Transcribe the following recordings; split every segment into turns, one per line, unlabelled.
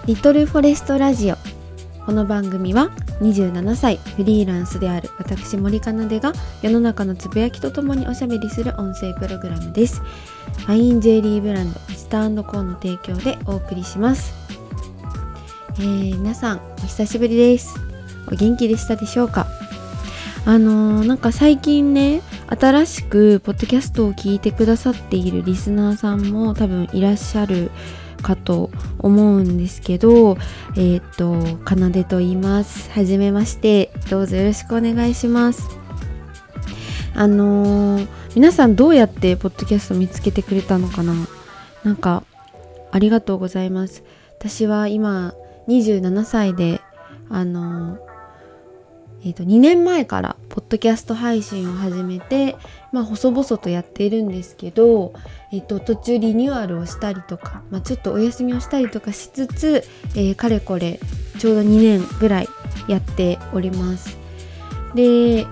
リトルフォレストラジオ。この番組は27歳フリーランスである私森かなでが世の中のつぶやきとともにおしゃべりする音声プログラムです。ファインジュエリーブランドスター&コーの提供でお送りします。皆さんお久しぶりです。お元気でしたでしょうか？なんか最近ね、新しくポッドキャストを聞いてくださっているリスナーさんも多分いらっしゃるかと思うんですけど、かなでと言います。はじめまして。どうぞよろしくお願いします。皆さんどうやってポッドキャスト見つけてくれたのかな？なんかありがとうございます。私は今27歳で2年前からポッドキャスト配信を始めて、細々とやっているんですけど、途中リニューアルをしたりとか、ちょっとお休みをしたりとかしつつ、かれこれちょうど2年ぐらいやっております。で、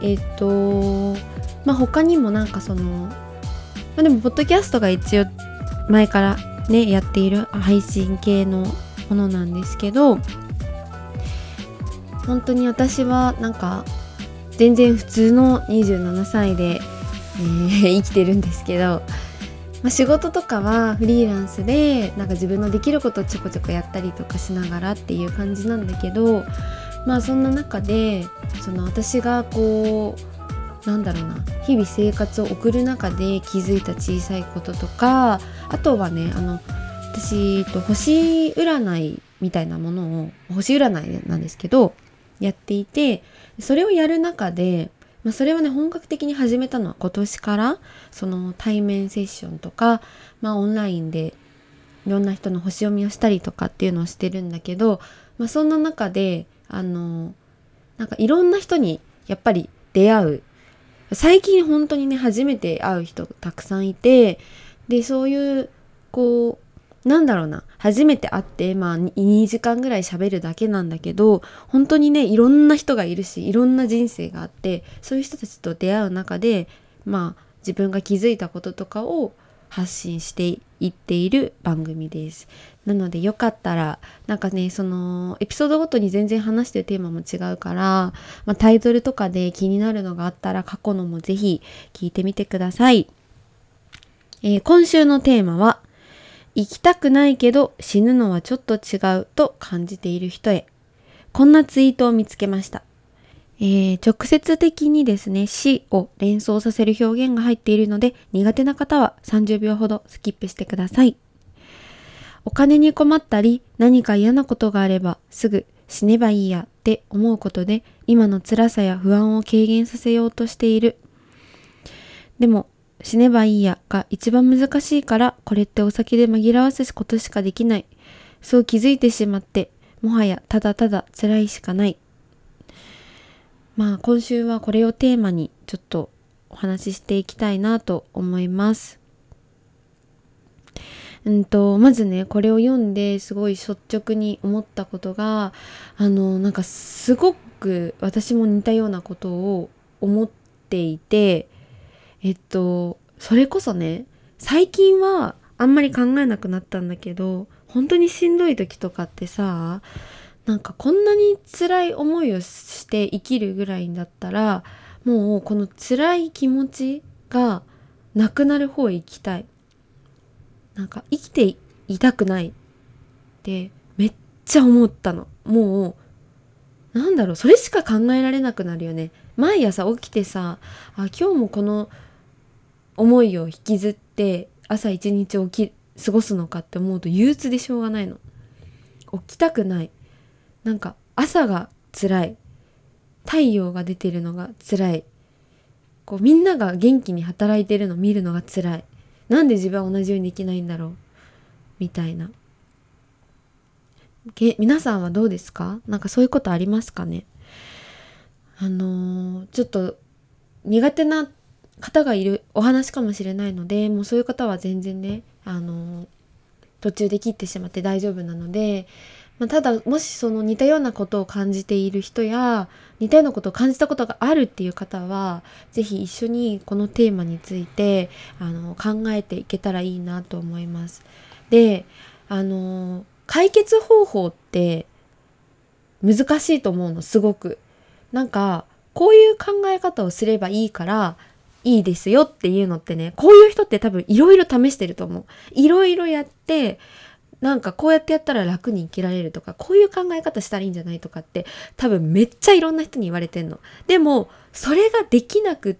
他にもなんかでもポッドキャストが一応前からねやっている配信系のものなんですけど、本当に私はなんか全然普通の27歳で、生きてるんですけど、仕事とかはフリーランスでなんか自分のできることをちょこちょこやったりとかしながらっていう感じなんだけど、そんな中で私が日々生活を送る中で気づいた小さいこととか、あとはね私星占いみたいなものを、星占いなんですけどやっていて、それをやる中で、それをね本格的に始めたのは今年から、対面セッションとか、オンラインでいろんな人の星読みをしたりとかっていうのをしてるんだけど、そんな中でなんかいろんな人にやっぱり出会う。最近本当にね初めて会う人たくさんいて、でそういう初めて会って2時間ぐらい喋るだけなんだけど、本当にねいろんな人がいるし、いろんな人生があって、そういう人たちと出会う中で自分が気づいたこととかを発信していっている番組です。なのでよかったらエピソードごとに全然話してるテーマも違うから、タイトルとかで気になるのがあったら過去のもぜひ聞いてみてください。今週のテーマは、生きたくないけど死ぬのはちょっと違うと感じている人へ。こんなツイートを見つけました。直接的にですね、死を連想させる表現が入っているので、苦手な方は30秒ほどスキップしてください。お金に困ったり、何か嫌なことがあればすぐ死ねばいいやって思うことで、今の辛さや不安を軽減させようとしている。でも死ねばいいやが一番難しいから、これってお酒で紛らわすことしかできない。そう気づいてしまって、もはやただただ辛いしかない。今週はこれをテーマにちょっとお話ししていきたいなと思います。まずね、これを読んですごい率直に思ったことが、すごく私も似たようなことを思っていて、それこそね、最近はあんまり考えなくなったんだけど、本当にしんどい時とかってさ、こんなに辛い思いをして生きるぐらいだったら、もうこの辛い気持ちがなくなる方へ行きたい。生きていたくないってめっちゃ思ったの。もうそれしか考えられなくなるよね。毎朝起きてさ、今日もこの思いを引きずって朝一日過ごすのかって思うと憂鬱でしょうがないの。起きたくない。朝が辛い。太陽が出てるのが辛い。みんなが元気に働いてるの見るのが辛い。なんで自分は同じようにできないんだろうみたいな。皆さんはどうですか？そういうことありますかね？ちょっと苦手な方がいるお話かもしれないので、もうそういう方は全然ね途中で切ってしまって大丈夫なので、ただもし似たようなことを感じている人や似たようなことを感じたことがあるっていう方は、ぜひ一緒にこのテーマについて考えていけたらいいなと思います。で考解決方法って難しいと思うの、すごく。なんかこういう考え方をすればいいからいいですよっていうのってね、こういう人って多分いろいろ試してると思う。いろいろやって、なんかこうやってやったら楽に生きられるとか、こういう考え方したらいいんじゃないとかって多分めっちゃいろんな人に言われてんの。でもそれができなくって、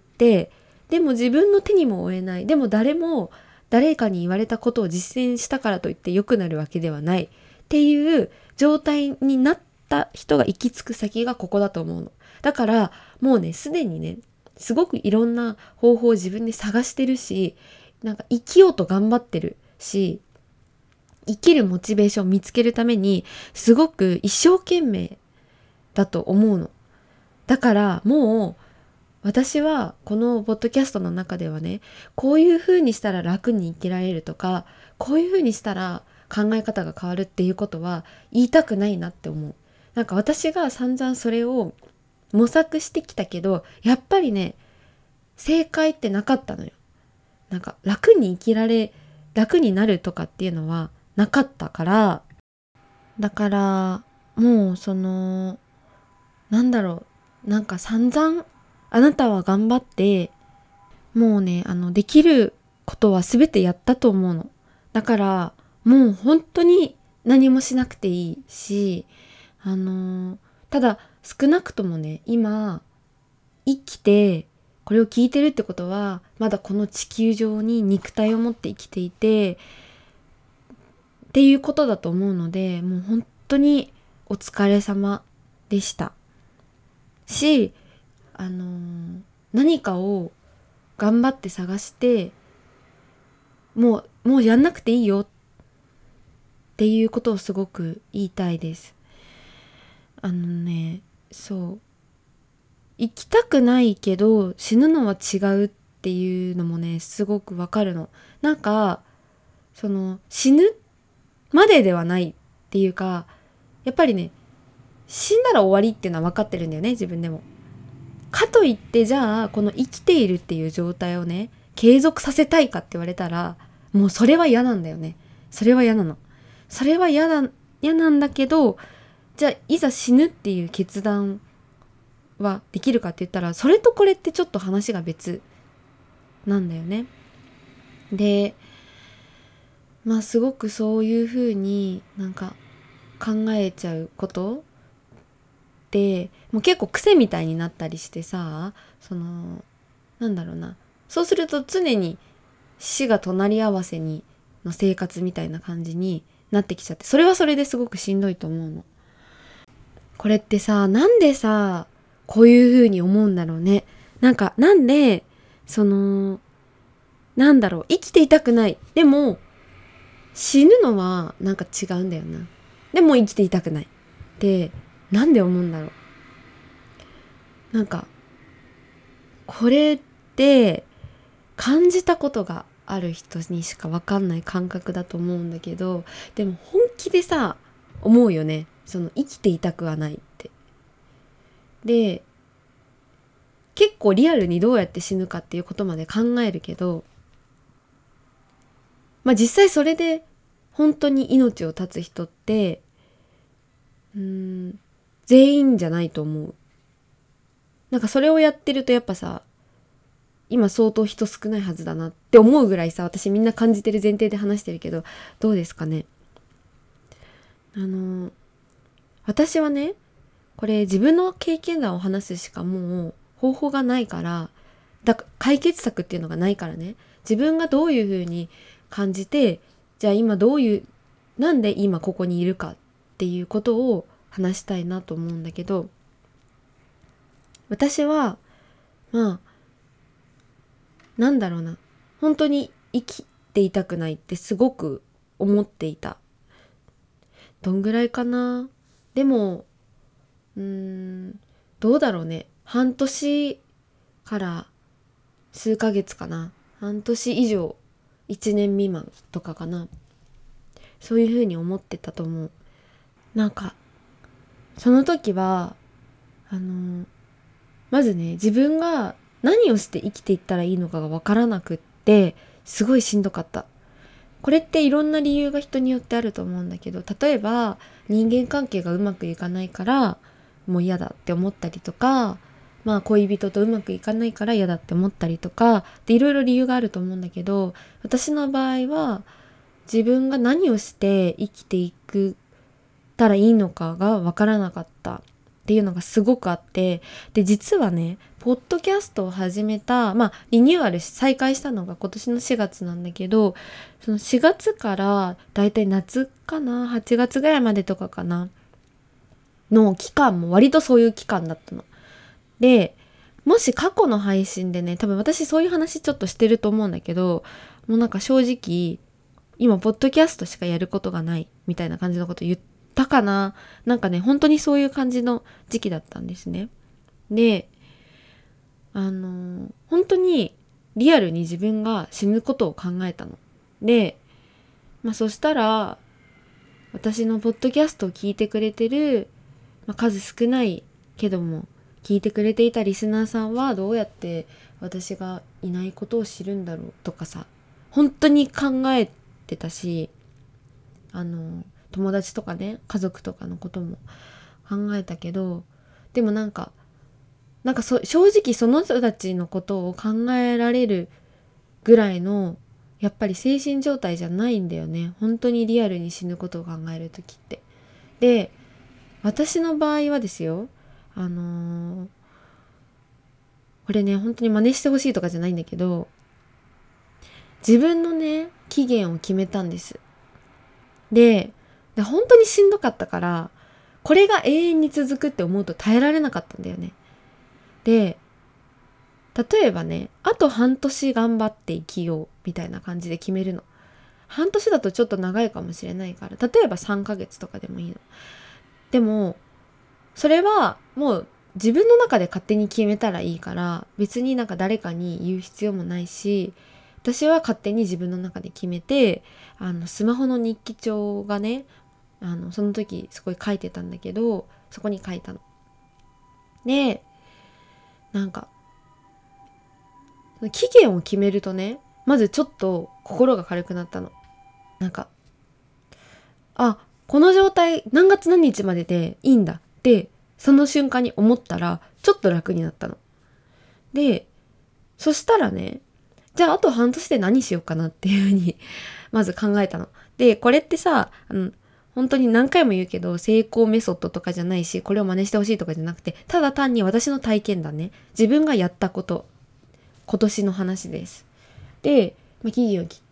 でも自分の手にも負えない。でも誰かに言われたことを実践したからといって良くなるわけではないっていう状態になった人が行き着く先がここだと思うの。だからもうね、すでにね、すごくいろんな方法を自分で探してるし、なんか生きようと頑張ってるし、生きるモチベーションを見つけるためにすごく一生懸命だと思うの。だからもう私はこのポッドキャストの中ではね、こういう風にしたら楽に生きられるとか、こういう風にしたら考え方が変わるっていうことは言いたくないなって思う。なんか私が散々それを模索してきたけど、やっぱりね、正解ってなかったのよ。なんか楽になるとかっていうのはなかったから、だからもうなんだろなんか散々あなたは頑張ってもうね、できることは全てやったと思うの。だからもう本当に何もしなくていいし、ただ少なくともね、今生きてこれを聞いてるってことはまだこの地球上に肉体を持って生きていてっていうことだと思うので、もう本当にお疲れ様でしたし、何かを頑張って探して、もうやんなくていいよっていうことをすごく言いたいです。そう、生きたくないけど死ぬのは違うっていうのもね、すごくわかるの。なんか死ぬまでではないっていうか、やっぱりね、死んだら終わりっていうのは分かってるんだよね、自分でも。かといってじゃあこの生きているっていう状態をね継続させたいかって言われたら、もうそれは嫌なんだよね。それは嫌なの。それは嫌なんだけど、じゃあいざ死ぬっていう決断はできるかって言ったら、それとこれってちょっと話が別なんだよね。で、まあすごくそういう風になんか考えちゃうことってもう結構癖みたいになったりしてさ、なんだろうな、そうすると常に死が隣り合わせにの生活みたいな感じになってきちゃって、それはそれですごくしんどいと思うの。これってさ、なんでさこういう風に思うんだろうね。なんでなんだろう、生きていたくない、でも死ぬのはなんか違うんだよな、でも生きていたくないってなんで思うんだろう。なんかこれって感じたことがある人にしか分かんない感覚だと思うんだけど、でも本気でさ思うよね、生きていたくはないって。で、結構リアルにどうやって死ぬかっていうことまで考えるけど、まあ実際それで本当に命を絶つ人って全員じゃないと思う。なんかそれをやってるとやっぱさ、今相当人少ないはずだなって思うぐらいさ、私みんな感じてる前提で話してるけど、どうですかね。私はね、これ自分の経験談を話すしかもう方法がないから、解決策っていうのがないからね、自分がどういう風に感じて、じゃあ今なんで今ここにいるかっていうことを話したいなと思うんだけど、私はまあなんだろうな、本当に生きていたくないってすごく思っていた。どんぐらいかな。でもどうだろうね、半年から数ヶ月かな、半年以上、1年未満とかかな、そういうふうに思ってたと思う。なんかその時はまずね、自分が何をして生きていったらいいのかがわからなくって、すごいしんどかった。 これっていろんな理由が人によってあると思うんだけど、例えば人間関係がうまくいかないからもう嫌だって思ったりとか、まあ恋人とうまくいかないから嫌だって思ったりとかで、いろいろ理由があると思うんだけど、私の場合は自分が何をして生きていくたらいいのかがわからなかったっていうのがすごくあって、で実はねポッドキャストを始めた、まあリニューアル再開したのが今年の4月なんだけど、その4月からだいたい夏かな、8月ぐらいまでとかかなの期間も割とそういう期間だったの。でもし過去の配信でね、多分私そういう話ちょっとしてると思うんだけど、もうなんか正直今ポッドキャストしかやることがないみたいな感じのこと言ったかな。なんかね本当にそういう感じの時期だったんですね。で本当にリアルに自分が死ぬことを考えたの。でそしたら私のポッドキャストを聞いてくれてる、数少ないけども聞いてくれていたリスナーさんはどうやって私がいないことを知るんだろうとかさ、本当に考えてたし、友達とかね家族とかのことも考えたけど、でも正直その人たちのことを考えられるぐらいのやっぱり精神状態じゃないんだよね、本当にリアルに死ぬことを考える時って。で私の場合はですよ、これね本当に真似してほしいとかじゃないんだけど、自分のね期限を決めたんです。で本当にしんどかったから、これが永遠に続くって思うと耐えられなかったんだよね。で例えばね、あと半年頑張って生きようみたいな感じで決めるの。半年だとちょっと長いかもしれないから、例えば3ヶ月とかでもいいの。でもそれはもう自分の中で勝手に決めたらいいから、別になんか誰かに言う必要もないし、私は勝手に自分の中で決めて、スマホの日記帳がね、その時すごい書いてたんだけど、そこに書いたの。でなんか期限を決めるとね、まずちょっと心が軽くなったの。なんかこの状態何月何日まででいいんだってその瞬間に思ったらちょっと楽になったの。でそしたらね、じゃああと半年で何しようかなっていうふうにまず考えたの。でこれってさ、本当に何回も言うけど成功メソッドとかじゃないし、これを真似してほしいとかじゃなくて、ただ単に私の体験談ね、自分がやったこと、今年の話です。で、期限を切って、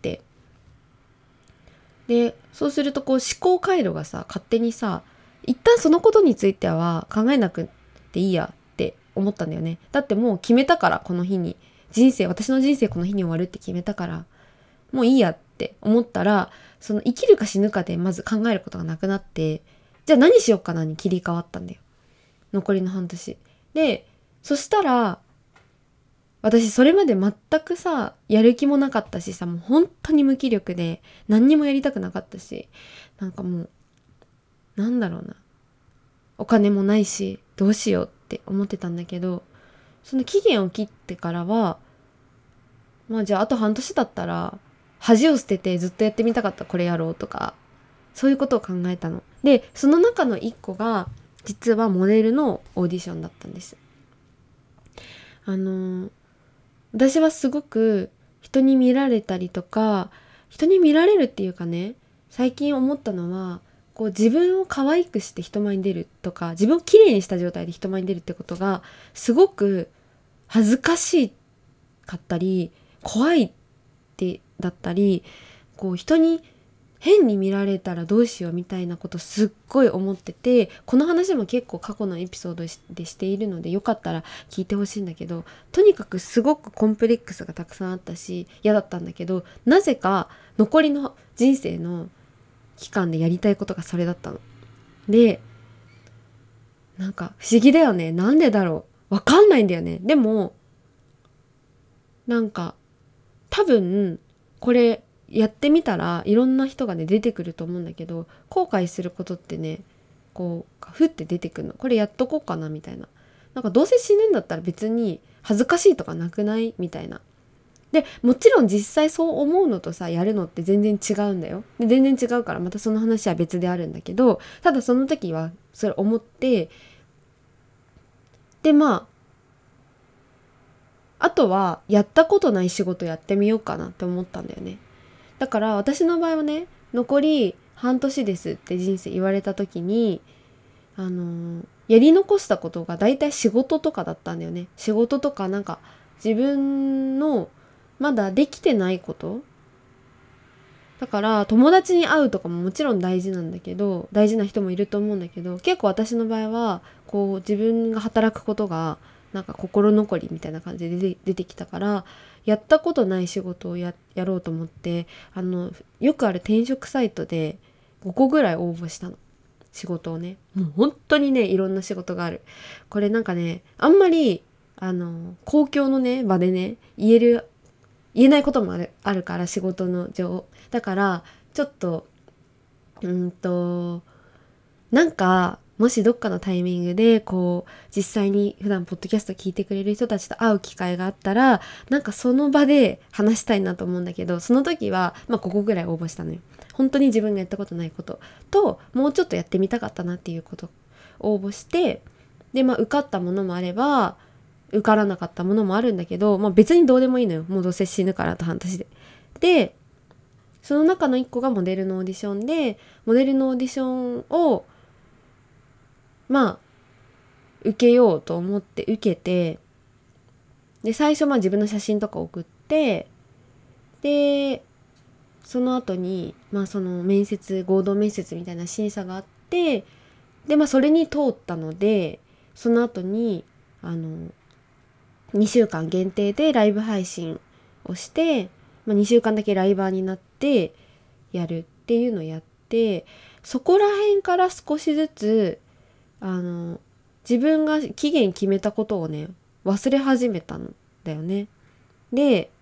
でそうするとこう思考回路がさ勝手にさ、一旦そのことについては考えなくていいやって思ったんだよね。だってもう決めたから、この日に私の人生この日に終わるって決めたからもういいやって思ったら、その生きるか死ぬかでまず考えることがなくなって、じゃあ何しようかなに切り替わったんだよ、残りの半年で。そしたら私それまで全くさやる気もなかったしさ、もう本当に無気力で何にもやりたくなかったし、なんかもうなんだろうな、お金もないしどうしようって思ってたんだけど、その期限を切ってからは、じゃああと半年だったら恥を捨ててずっとやってみたかったこれやろうとか、そういうことを考えたの。でその中の一個が実はモデルのオーディションだったんです。私はすごく人に見られたりとか、人に見られるっていうかね、最近思ったのはこう自分を可愛くして人前に出るとか、自分をきれいにした状態で人前に出るってことがすごく恥ずかしかったり怖いってだったり、こう人に変に見られたらどうしようみたいなことすっごい思ってて、この話も結構過去のエピソードでしているのでよかったら聞いてほしいんだけど、とにかくすごくコンプレックスがたくさんあったし嫌だったんだけど、なぜか残りの人生の期間でやりたいことがそれだったの。でなんか不思議だよね、なんでだろう、わかんないんだよね。でもなんか多分これやってみたらいろんな人がね出てくると思うんだけど、後悔することってねこうふって出てくるの。これやっとこうかなみたいな、なんかどうせ死ぬんだったら別に恥ずかしいとかなくないみたいなでもちろん実際そう思うのとさやるのって全然違うんだよ。で全然違うからまたその話は別であるんだけど、ただその時はそれ思って、であとはやったことない仕事やってみようかなって思ったんだよね。だから私の場合はね、残り半年ですって人生言われた時にやり残したことが大体仕事とかだったんだよね。仕事とかなんか自分のまだできてないこと。だから友達に会うとかももちろん大事なんだけど、大事な人もいると思うんだけど、結構私の場合はこう自分が働くことがなんか心残りみたいな感じで出てきたから、やったことない仕事をやろうと思って、よくある転職サイトで5個ぐらい応募したの。仕事をね、もう本当にねいろんな仕事がある。これなんかねあんまり公共のね場でね言えないこともあるから仕事の上だからちょっとなんかもしどっかのタイミングでこう実際に普段ポッドキャスト聞いてくれる人たちと会う機会があったらなんかその場で話したいなと思うんだけど、その時はここぐらい応募したのよ。本当に自分がやったことないことともうちょっとやってみたかったなっていうことを応募して、で受かったものもあれば受からなかったものもあるんだけど、別にどうでもいいのよ。もうどうせ死ぬからと半年で。でその中の一個がモデルのオーディションで、モデルのオーディションを受けようと思って受けて、で最初自分の写真とか送って、でその後にその合同面接みたいな審査があって、でそれに通ったので、その後に2週間限定でライブ配信をして、2週間だけライバーになってやるっていうのをやって、そこら辺から少しずつ自分が期限決めたことをね忘れ始めたんだよね。で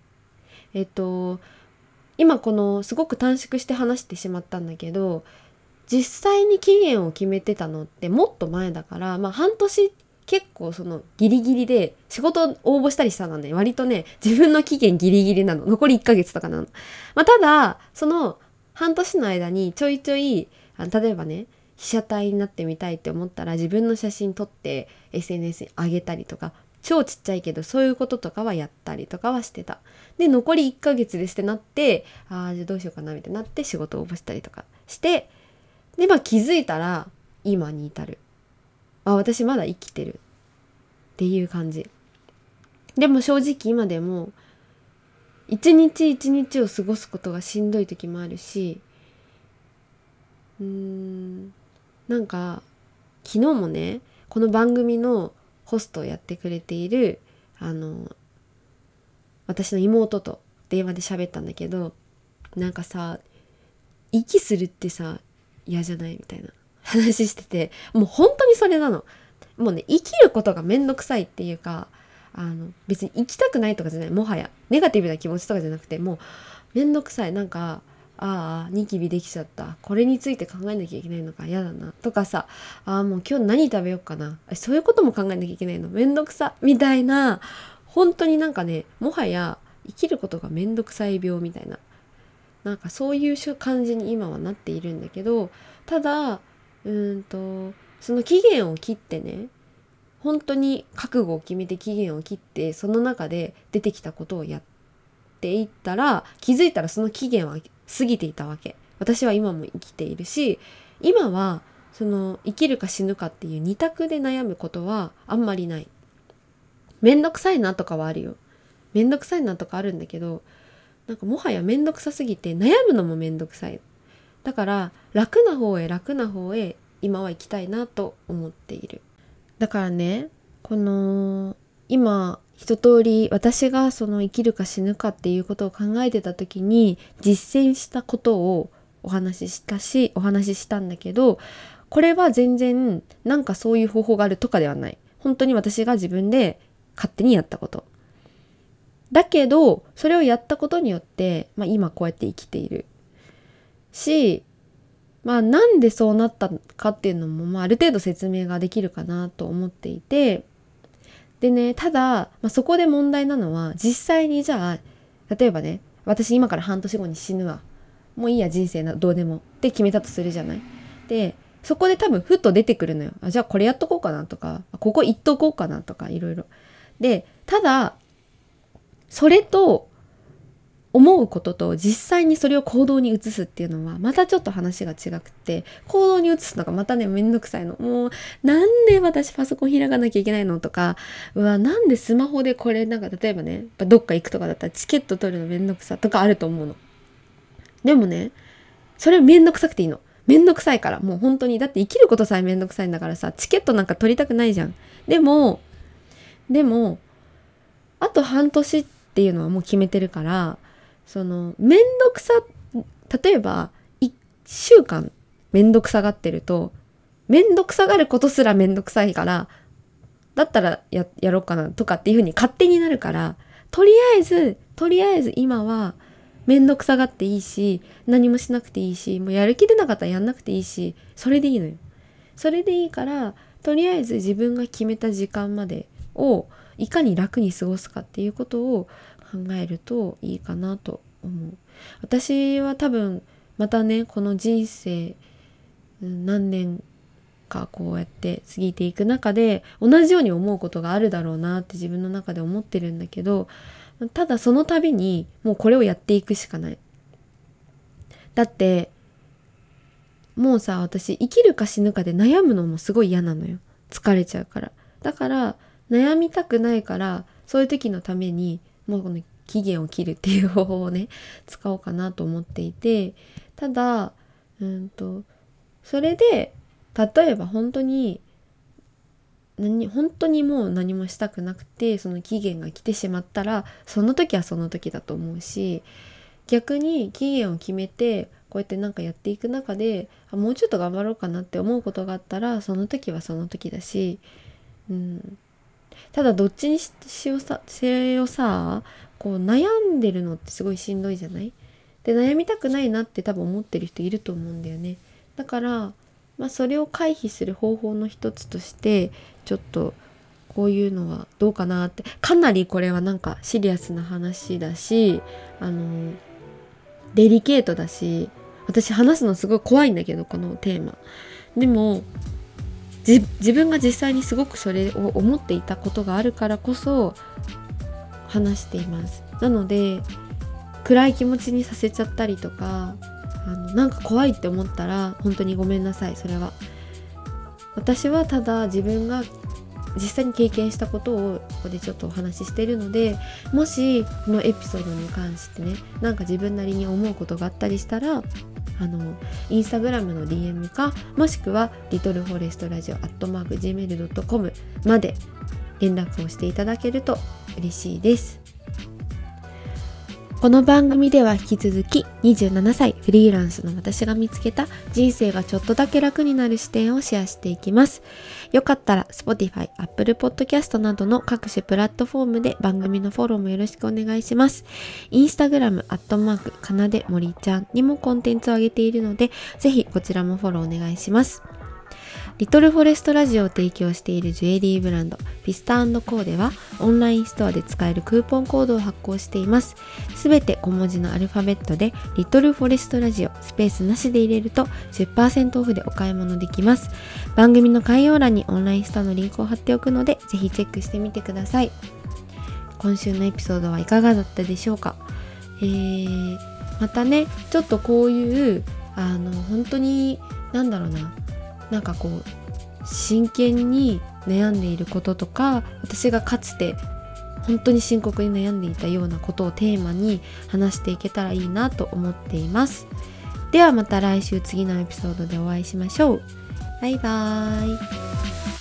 今このすごく短縮して話してしまったんだけど、実際に期限を決めてたのってもっと前だから、半年結構そのギリギリで仕事応募したりしたのね、割とね自分の期限ギリギリなの。残り1ヶ月とかなの。ただその半年の間にちょいちょい例えばね被写体になってみたいって思ったら自分の写真撮って SNS に上げたりとか、超ちっちゃいけどそういうこととかはやったりとかはしてた。で残り1ヶ月ですってなって、じゃあどうしようかなみたいになって仕事を応募したりとかして、で気づいたら今に至る。私まだ生きてるっていう感じ。でも正直今でも一日一日を過ごすことがしんどい時もあるし、なんか昨日もねこの番組のホストをやってくれている私の妹と電話で喋ったんだけど、なんかさ息するってさ嫌じゃないみたいな話してて、もう本当にそれなの。もうね生きることがめんどくさいっていうか、別に生きたくないとかじゃない、もはやネガティブな気持ちとかじゃなくて、もうめんどくさい。なんかニキビできちゃった、これについて考えなきゃいけないのか嫌だなとかさ、もう今日何食べようかな、そういうことも考えなきゃいけないのめんどくさみたいな、本当になんかねもはや生きることがめんどくさい病みたいな、なんかそういう感じに今はなっているんだけど、ただその期限を切ってね、本当に覚悟を決めて期限を切ってその中で出てきたことをやっていったら、気づいたらその期限は過ぎていたわけ。私は今も生きているし、今はその生きるか死ぬかっていう二択で悩むことはあんまりない。めんどくさいなとかはあるよ。めんどくさいなとかあるんだけど、なんかもはやめんどくさすぎて悩むのもめんどくさい。だから楽な方へ今は行きたいなと思っている。だからね、この今一通り私がその生きるか死ぬかっていうことを考えてた時に実践したことをお話ししたんだけど、これは全然なんかそういう方法があるとかではない。本当に私が自分で勝手にやったこと。だけどそれをやったことによって、今こうやって生きているし、なんでそうなったかっていうのも、ある程度説明ができるかなと思っていて、でね、ただ、そこで問題なのは実際にじゃあ例えばね、私今から半年後に死ぬわ、もういいや人生どうでもって決めたとするじゃない。でそこで多分ふっと出てくるのよ。じゃあこれやっとこうかなとか、ここ行っとこうかなとか、いろいろ。でただそれと思うことと実際にそれを行動に移すっていうのはまたちょっと話が違くて、行動に移すのがまたねめんどくさいの。もうなんで私パソコン開かなきゃいけないのとか、なんでスマホでこれ例えばねどっか行くとかだったらチケット取るのめんどくさとかあると思うの。でもね、それめんどくさくていいの。めんどくさいから、もう本当に。だって生きることさえめんどくさいんだからさ、チケットなんか取りたくないじゃん。でもあと半年っていうのはもう決めてるから、めんどくさ、例えば1週間めんどくさがってると、めんどくさがることすらめんどくさいから、だったらやろうかなとかっていう風に勝手になるから、とりあえず今はめんどくさがっていいし、何もしなくていいし、もうやる気出なかったらやんなくていいし、それでいいのよ。それでいいから、とりあえず自分が決めた時間までをいかに楽に過ごすかっていうことを考えるといいかなと思う。私は多分またね、この人生何年かこうやって過ぎていく中で同じように思うことがあるだろうなって自分の中で思ってるんだけど、ただその度にもうこれをやっていくしかない。だってもうさ、私生きるか死ぬかで悩むのもすごい嫌なのよ。疲れちゃうから。だから悩みたくないから、そういう時のためにもうこの期限を切るっていう方法をね使おうかなと思っていて、ただそれで例えば本当にもう何もしたくなくてその期限が来てしまったら、その時はその時だと思うし、逆に期限を決めてこうやってなんかやっていく中でもうちょっと頑張ろうかなって思うことがあったら、その時はその時だし、ただどっちにせよさ、こう悩んでるのってすごいしんどいじゃない。で悩みたくないなって多分思ってる人いると思うんだよね。だからそれを回避する方法の一つとしてちょっとこういうのはどうかなって。かなりこれはなんかシリアスな話だし、デリケートだし、私話すのすごい怖いんだけどこのテーマ。でも自分が実際にすごくそれを思っていたことがあるからこそ話しています。なので暗い気持ちにさせちゃったりとか、なんか怖いって思ったら本当にごめんなさい。それは私はただ自分が実際に経験したことをここでちょっとお話ししているので、もしこのエピソードに関してねなんか自分なりに思うことがあったりしたら、インスタグラムの DM か、もしくはlittleforestradio@gmail.com まで連絡をしていただけると嬉しいです。この番組では引き続き27歳フリーランスの私が見つけた人生がちょっとだけ楽になる視点をシェアしていきます。よかったら Spotify、Apple Podcast などの各種プラットフォームで番組のフォローもよろしくお願いします。Instagramかなでもりちゃんにもコンテンツを上げているので、ぜひこちらもフォローお願いします。リトルフォレストラジオを提供しているジュエリーブランドピスタ&コーではオンラインストアで使えるクーポンコードを発行しています。すべて小文字のアルファベットでリトルフォレストラジオスペースなしで入れると 10% オフでお買い物できます。番組の概要欄にオンラインストアのリンクを貼っておくのでぜひチェックしてみてください。今週のエピソードはいかがだったでしょうか。またねちょっとこういう本当になんかこう真剣に悩んでいることとか、私がかつて本当に深刻に悩んでいたようなことをテーマに話していけたらいいなと思っています。ではまた来週次のエピソードでお会いしましょう。バイバーイ。